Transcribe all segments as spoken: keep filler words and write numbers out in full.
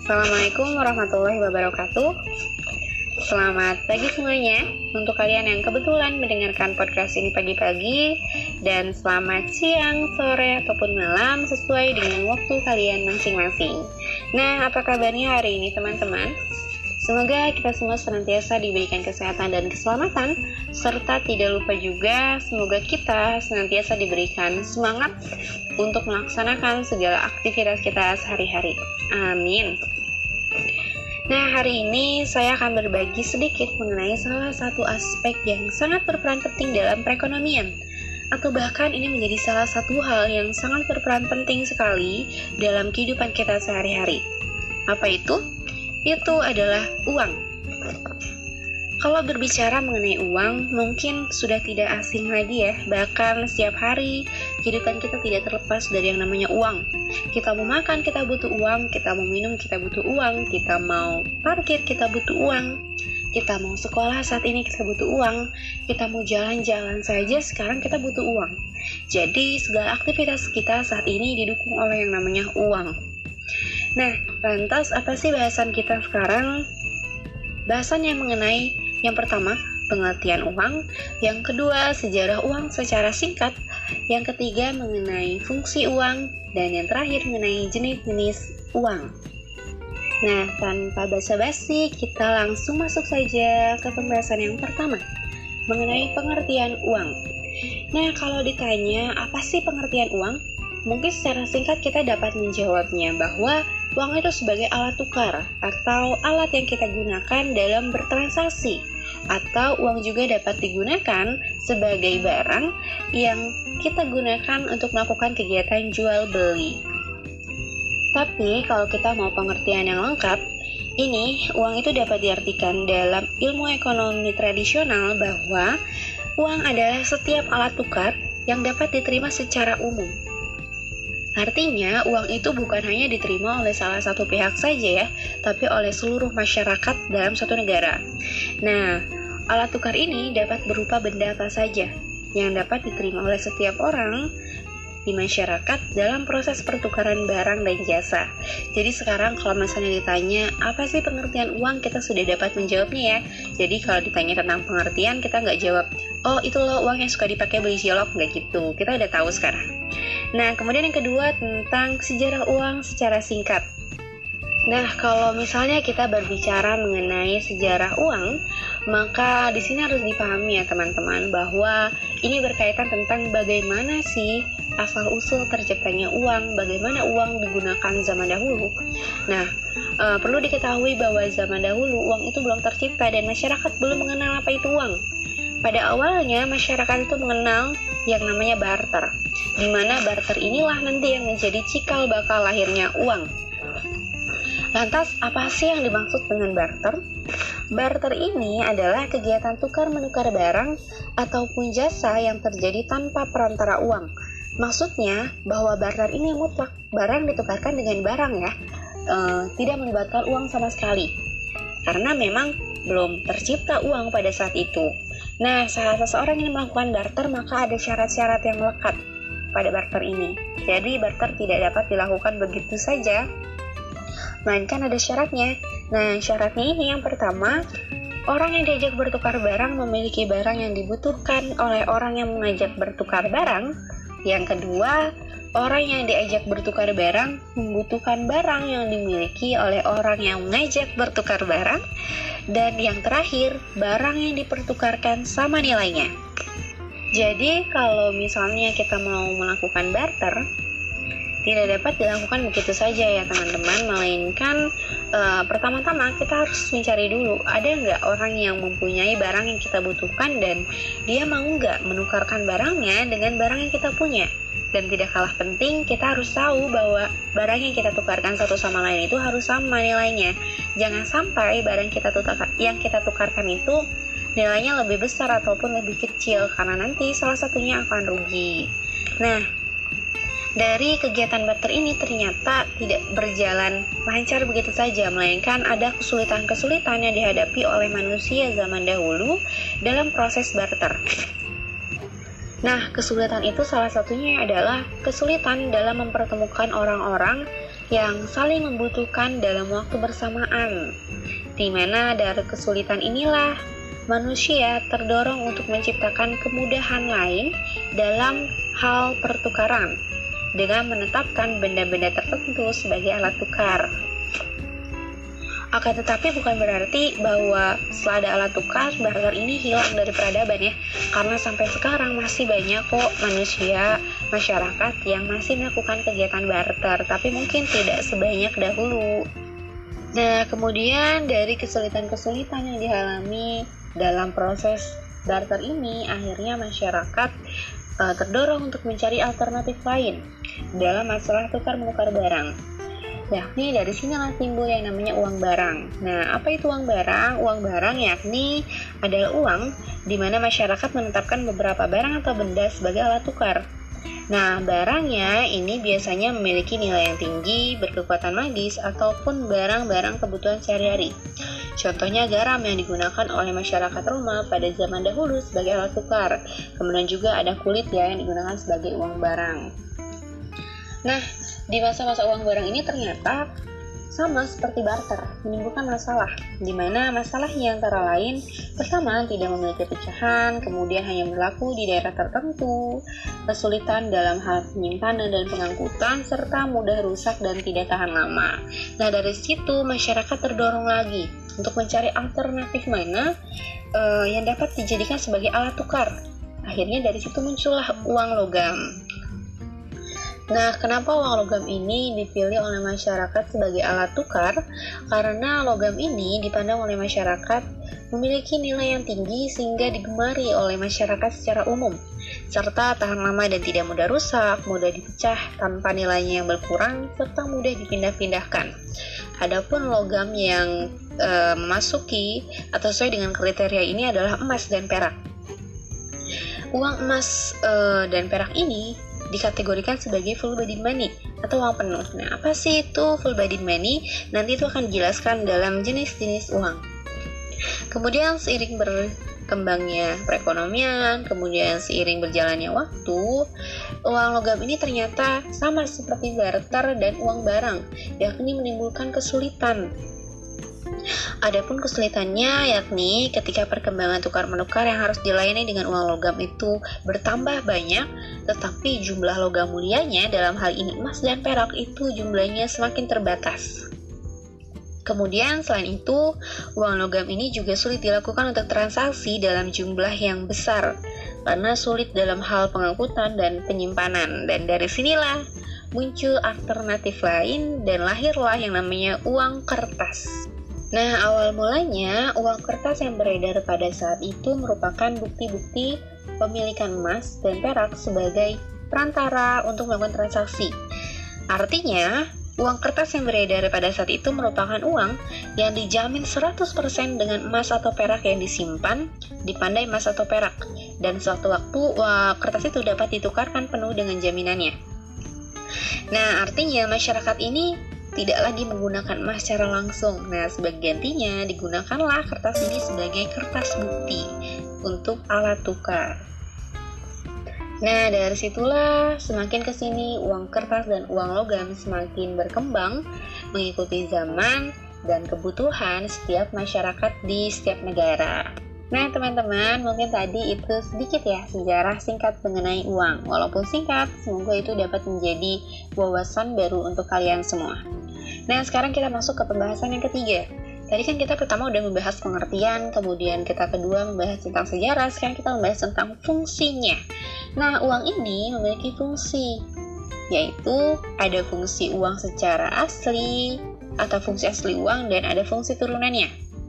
Assalamualaikum warahmatullahi wabarakatuh. Selamat pagi semuanya untuk kalian yang kebetulan mendengarkan podcast ini pagi-pagi, dan selamat siang, sore, ataupun malam sesuai dengan waktu kalian masing-masing. Nah, apa kabarnya hari ini teman-teman? Semoga kita semua senantiasa diberikan kesehatan dan keselamatan, serta tidak lupa juga semoga kita senantiasa diberikan semangat untuk melaksanakan segala aktivitas kita sehari-hari. Amin. Nah, hari ini saya akan berbagi sedikit mengenai salah satu aspek yang sangat berperan penting dalam perekonomian, atau bahkan ini menjadi salah satu hal yang sangat berperan penting sekali dalam kehidupan kita sehari-hari. Apa itu? Itu adalah uang. Kalau berbicara mengenai uang, mungkin sudah tidak asing lagi ya. Bahkan setiap hari, kehidupan kita tidak terlepas dari yang namanya uang. Kita mau makan, kita butuh uang. Kita mau minum, kita butuh uang. Kita mau parkir, kita butuh uang. Kita mau sekolah saat ini, kita butuh uang. Kita mau jalan-jalan saja, sekarang kita butuh uang. Jadi, segala aktivitas kita saat ini didukung oleh yang namanya uang. Nah, lantas apa sih bahasan kita sekarang? Bahasan yang mengenai yang pertama, pengertian uang, yang kedua, sejarah uang secara singkat, yang ketiga, mengenai fungsi uang, dan yang terakhir mengenai jenis-jenis uang. Nah, tanpa basa-basi, kita langsung masuk saja ke pembahasan yang pertama, mengenai pengertian uang. Nah, kalau ditanya apa sih pengertian uang? Mungkin secara singkat kita dapat menjawabnya bahwa uang itu sebagai alat tukar atau alat yang kita gunakan dalam bertransaksi, atau uang juga dapat digunakan sebagai barang yang kita gunakan untuk melakukan kegiatan jual beli. Tapi kalau kita mau pengertian yang lengkap, ini uang itu dapat diartikan dalam ilmu ekonomi tradisional bahwa uang adalah setiap alat tukar yang dapat diterima secara umum. Artinya, uang itu bukan hanya diterima oleh salah satu pihak saja ya, tapi oleh seluruh masyarakat dalam suatu negara. Nah, alat tukar ini dapat berupa benda apa saja yang dapat diterima oleh setiap orang di masyarakat dalam proses pertukaran barang dan jasa. Jadi sekarang kalau misalnya ditanya, apa sih pengertian uang, kita sudah dapat menjawabnya ya. Jadi kalau ditanya tentang pengertian, kita nggak jawab, oh itu loh uang yang suka dipakai beli cilok, nggak gitu. Kita udah tahu sekarang. Nah, kemudian yang kedua tentang sejarah uang secara singkat. Nah, kalau misalnya kita berbicara mengenai sejarah uang, maka di sini harus dipahami ya teman-teman bahwa ini berkaitan tentang bagaimana sih asal-usul terciptanya uang, bagaimana uang digunakan zaman dahulu. Nah, e, perlu diketahui bahwa zaman dahulu uang itu belum tercipta dan masyarakat belum mengenal apa itu uang. Pada awalnya masyarakat itu mengenal yang namanya barter, di mana barter inilah nanti yang menjadi cikal bakal lahirnya uang. Lantas, apa sih yang dimaksud dengan barter? Barter ini adalah kegiatan tukar-menukar barang ataupun jasa yang terjadi tanpa perantara uang. Maksudnya bahwa barter ini mutlak, barang ditukarkan dengan barang ya, e, tidak melibatkan uang sama sekali. Karena memang belum tercipta uang pada saat itu. Nah, saat seseorang ingin melakukan barter, maka ada syarat-syarat yang melekat pada barter ini. Jadi, barter tidak dapat dilakukan begitu saja, melainkan ada syaratnya. Nah, syaratnya ini yang pertama, orang yang diajak bertukar barang memiliki barang yang dibutuhkan oleh orang yang mengajak bertukar barang. Yang kedua, orang yang diajak bertukar barang membutuhkan barang yang dimiliki oleh orang yang mengajak bertukar barang. Dan yang terakhir, barang yang dipertukarkan sama nilainya. Jadi, kalau misalnya kita mau melakukan barter, tidak dapat dilakukan begitu saja ya teman-teman, melainkan e, pertama-tama kita harus mencari dulu, ada nggak orang yang mempunyai barang yang kita butuhkan dan dia mau nggak menukarkan barangnya dengan barang yang kita punya. Dan tidak kalah penting, kita harus tahu bahwa barang yang kita tukarkan satu sama lain itu harus sama nilainya. Jangan sampai barang kita tukar, yang kita tukarkan itu nilainya lebih besar ataupun lebih kecil, karena nanti salah satunya akan rugi. Nah, dari kegiatan barter ini ternyata tidak berjalan lancar begitu saja, melainkan ada kesulitan-kesulitan yang dihadapi oleh manusia zaman dahulu dalam proses barter. Nah, kesulitan itu salah satunya adalah kesulitan dalam mempertemukan orang-orang yang saling membutuhkan dalam waktu bersamaan, di mana dari kesulitan inilah manusia terdorong untuk menciptakan kemudahan lain dalam hal pertukaran dengan menetapkan benda-benda tertentu sebagai alat tukar. Akan tetapi bukan berarti bahwa setelah ada alat tukar, barter ini hilang dari peradaban ya. Karena sampai sekarang masih banyak kok manusia, masyarakat yang masih melakukan kegiatan barter, tapi mungkin tidak sebanyak dahulu. Nah, kemudian dari kesulitan-kesulitan yang dialami dalam proses barter ini, akhirnya masyarakat uh, terdorong untuk mencari alternatif lain dalam masalah tukar-menukar barang. Yakni dari sinilah timbul yang namanya uang barang. Nah, apa itu uang barang? Uang barang yakni adalah uang di mana masyarakat menetapkan beberapa barang atau benda sebagai alat tukar. Nah, barangnya ini biasanya memiliki nilai yang tinggi, berkekuatan magis, ataupun barang-barang kebutuhan sehari-hari. Contohnya garam yang digunakan oleh masyarakat Roma pada zaman dahulu sebagai alat tukar. Kemudian juga ada kulit ya yang digunakan sebagai uang barang. Nah, di masa-masa uang barang ini ternyata sama seperti barter, menimbulkan masalah, di mana masalahnya antara lain, pertama tidak memiliki pecahan, kemudian hanya berlaku di daerah tertentu, kesulitan dalam hal penyimpanan dan pengangkutan, serta mudah rusak dan tidak tahan lama. Nah, dari situ masyarakat terdorong lagi untuk mencari alternatif mana uh, yang dapat dijadikan sebagai alat tukar. Akhirnya dari situ muncullah uang logam. Nah, kenapa uang logam ini dipilih oleh masyarakat sebagai alat tukar? Karena logam ini dipandang oleh masyarakat memiliki nilai yang tinggi sehingga digemari oleh masyarakat secara umum, serta tahan lama dan tidak mudah rusak, mudah dipecah tanpa nilainya yang berkurang, serta mudah dipindah-pindahkan. Adapun logam yang e, memasuki atau sesuai dengan kriteria ini adalah emas dan perak. Uang emas e, dan perak ini dikategorikan sebagai full body money atau uang penuh. Nah, apa sih itu full body money? Nanti itu akan dijelaskan dalam jenis-jenis uang. Kemudian seiring berkembangnya perekonomian, kemudian seiring berjalannya waktu, uang logam ini ternyata sama seperti barter dan uang barang, yakni menimbulkan kesulitan. Adapun kesulitannya yakni ketika perkembangan tukar-menukar yang harus dilayani dengan uang logam itu bertambah banyak, tetapi jumlah logam mulianya dalam hal ini emas dan perak itu jumlahnya semakin terbatas. Kemudian selain itu, uang logam ini juga sulit dilakukan untuk transaksi dalam jumlah yang besar karena sulit dalam hal pengangkutan dan penyimpanan. Dan dari sinilah muncul alternatif lain dan lahirlah yang namanya uang kertas. Nah, awal mulanya uang kertas yang beredar pada saat itu merupakan bukti-bukti pemilikan emas dan perak sebagai perantara untuk melakukan transaksi. Artinya, uang kertas yang beredar pada saat itu merupakan uang yang dijamin seratus persen dengan emas atau perak yang disimpan di pandai emas atau perak, dan sewaktu-waktu uang kertas itu dapat ditukarkan penuh dengan jaminannya. Nah, artinya masyarakat ini tidak lagi menggunakan emas secara langsung. Nah, sebagai gantinya digunakanlah kertas ini sebagai kertas bukti untuk alat tukar. Nah, dari situlah semakin kesini uang kertas dan uang logam semakin berkembang mengikuti zaman dan kebutuhan setiap masyarakat di setiap negara. Nah, teman-teman, mungkin tadi itu sedikit ya sejarah singkat mengenai uang. Walaupun singkat, semoga itu dapat menjadi wawasan baru untuk kalian semua. Nah, sekarang kita masuk ke pembahasan yang ketiga. Tadi kan kita pertama udah membahas pengertian, kemudian kita kedua membahas tentang sejarah, sekarang kita membahas tentang fungsinya. Nah, uang ini memiliki fungsi, yaitu ada fungsi uang secara asli, atau fungsi asli uang, dan ada fungsi turunannya.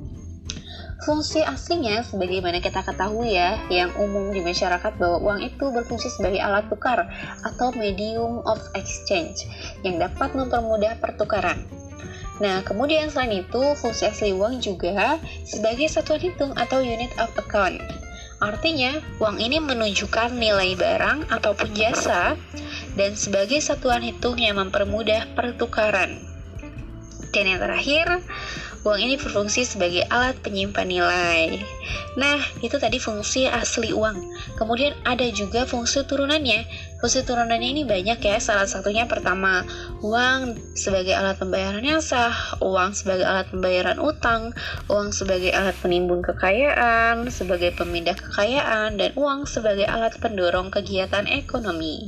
Fungsi aslinya, sebagaimana kita ketahui ya, yang umum di masyarakat bahwa uang itu berfungsi sebagai alat tukar atau medium of exchange yang dapat mempermudah pertukaran. Nah, kemudian selain itu, fungsi asli uang juga sebagai satuan hitung atau unit of account. Artinya, uang ini menunjukkan nilai barang ataupun jasa dan sebagai satuan hitung yang mempermudah pertukaran. Dan yang terakhir, uang ini berfungsi sebagai alat penyimpan nilai. Nah, itu tadi fungsi asli uang. Kemudian ada juga fungsi turunannya. Fungsi turunannya ini banyak ya, salah satunya pertama, uang sebagai alat pembayaran yang sah, uang sebagai alat pembayaran utang, uang sebagai alat penimbun kekayaan, sebagai pemindah kekayaan, dan uang sebagai alat pendorong kegiatan ekonomi.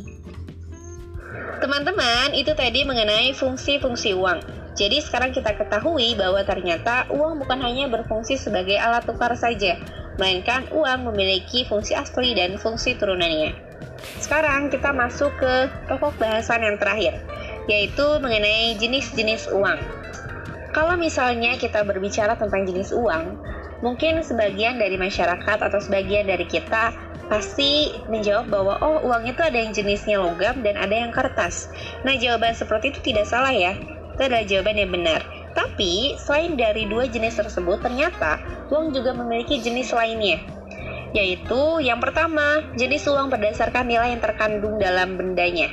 Teman-teman, itu tadi mengenai fungsi-fungsi uang. Jadi sekarang kita ketahui bahwa ternyata uang bukan hanya berfungsi sebagai alat tukar saja, melainkan uang memiliki fungsi asli dan fungsi turunannya. Sekarang kita masuk ke pokok bahasan yang terakhir, yaitu mengenai jenis-jenis uang. Kalau misalnya kita berbicara tentang jenis uang, mungkin sebagian dari masyarakat atau sebagian dari kita pasti menjawab bahwa oh, uang itu ada yang jenisnya logam dan ada yang kertas. Nah, jawaban seperti itu tidak salah ya. Itu adalah jawaban yang benar. Tapi, selain dari dua jenis tersebut, ternyata uang juga memiliki jenis lainnya. Yaitu yang pertama, jenis uang berdasarkan nilai yang terkandung dalam bendanya.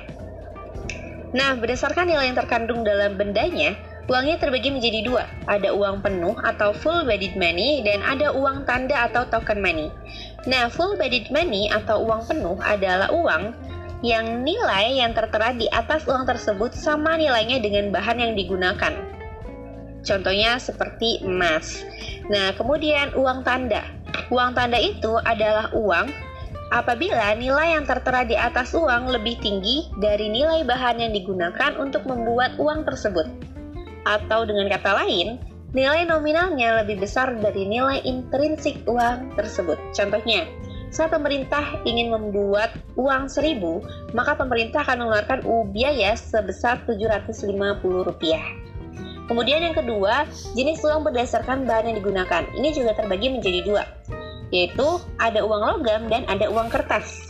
Nah, berdasarkan nilai yang terkandung dalam bendanya, uangnya terbagi menjadi dua. Ada uang penuh atau full-bodied money dan ada uang tanda atau token money. Nah, full-bodied money atau uang penuh adalah uang yang nilai yang tertera di atas uang tersebut sama nilainya dengan bahan yang digunakan. Contohnya seperti emas. Nah, kemudian uang tanda. Uang tanda itu adalah uang apabila nilai yang tertera di atas uang lebih tinggi dari nilai bahan yang digunakan untuk membuat uang tersebut. Atau dengan kata lain, nilai nominalnya lebih besar dari nilai intrinsik uang tersebut. Contohnya, saat pemerintah ingin membuat uang seribu, maka pemerintah akan mengeluarkan biaya sebesar tujuh ratus lima puluh rupiah. Kemudian yang kedua, jenis uang berdasarkan bahan yang digunakan. Ini juga terbagi menjadi dua, yaitu ada uang logam dan ada uang kertas.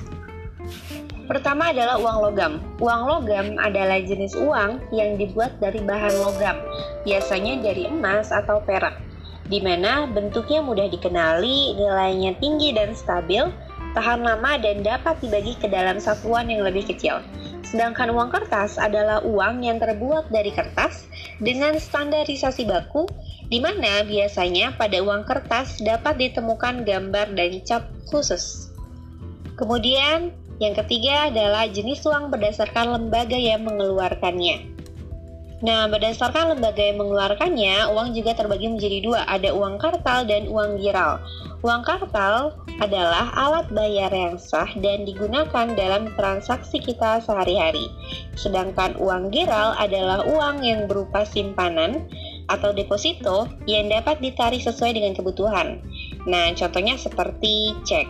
Pertama adalah uang logam. Uang logam adalah jenis uang yang dibuat dari bahan logam, biasanya dari emas atau perak, di mana bentuknya mudah dikenali, nilainya tinggi dan stabil, tahan lama dan dapat dibagi ke dalam satuan yang lebih kecil. Sedangkan uang kertas adalah uang yang terbuat dari kertas dengan standarisasi baku, di mana biasanya pada uang kertas dapat ditemukan gambar dan cap khusus. Kemudian, yang ketiga adalah jenis uang berdasarkan lembaga yang mengeluarkannya. Nah, berdasarkan lembaga yang mengeluarkannya, uang juga terbagi menjadi dua, ada uang kartal dan uang giral. Uang kartal adalah alat bayar yang sah dan digunakan dalam transaksi kita sehari-hari. Sedangkan uang giral adalah uang yang berupa simpanan atau deposito yang dapat ditarik sesuai dengan kebutuhan. Nah, contohnya seperti cek.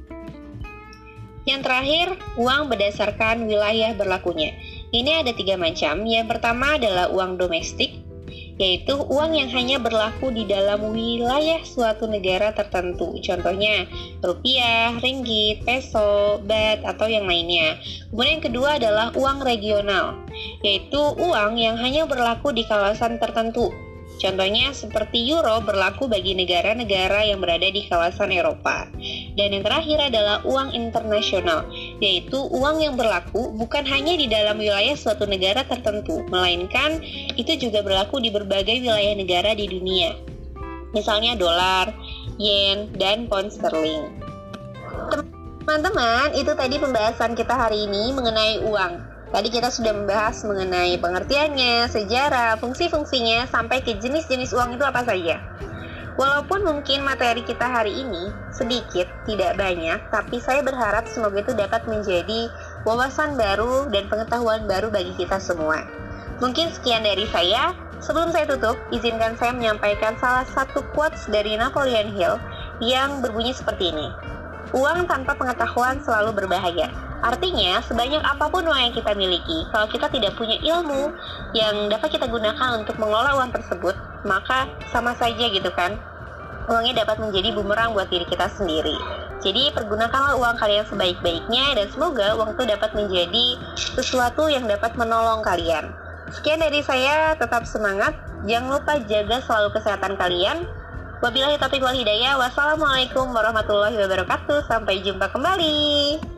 Yang terakhir, uang berdasarkan wilayah berlakunya. Ini ada tiga macam. Yang pertama adalah uang domestik, yaitu uang yang hanya berlaku di dalam wilayah suatu negara tertentu. Contohnya rupiah, ringgit, peso, bat, atau yang lainnya. Kemudian yang kedua adalah uang regional, yaitu uang yang hanya berlaku di kawasan tertentu. Contohnya seperti euro berlaku bagi negara-negara yang berada di kawasan Eropa. Dan yang terakhir adalah uang internasional, yaitu uang yang berlaku bukan hanya di dalam wilayah suatu negara tertentu, melainkan itu juga berlaku di berbagai wilayah negara di dunia. Misalnya dolar, yen, dan pound sterling. Teman-teman, itu tadi pembahasan kita hari ini mengenai uang. Tadi kita sudah membahas mengenai pengertiannya, sejarah, fungsi-fungsinya, sampai ke jenis-jenis uang itu apa saja. Walaupun mungkin materi kita hari ini sedikit, tidak banyak, tapi saya berharap semoga itu dapat menjadi wawasan baru dan pengetahuan baru bagi kita semua. Mungkin sekian dari saya. Sebelum saya tutup, izinkan saya menyampaikan salah satu quotes dari Napoleon Hill yang berbunyi seperti ini. Uang tanpa pengetahuan selalu berbahaya. Artinya, sebanyak apapun uang yang kita miliki, kalau kita tidak punya ilmu yang dapat kita gunakan untuk mengelola uang tersebut, maka sama saja gitu kan, uangnya dapat menjadi bumerang buat diri kita sendiri. Jadi, pergunakanlah uang kalian sebaik-baiknya, dan semoga uang itu dapat menjadi sesuatu yang dapat menolong kalian. Sekian dari saya, tetap semangat, jangan lupa jaga selalu kesehatan kalian. Wabillahi taufiq wal hidayah. Wassalamualaikum warahmatullahi wabarakatuh. Sampai jumpa kembali.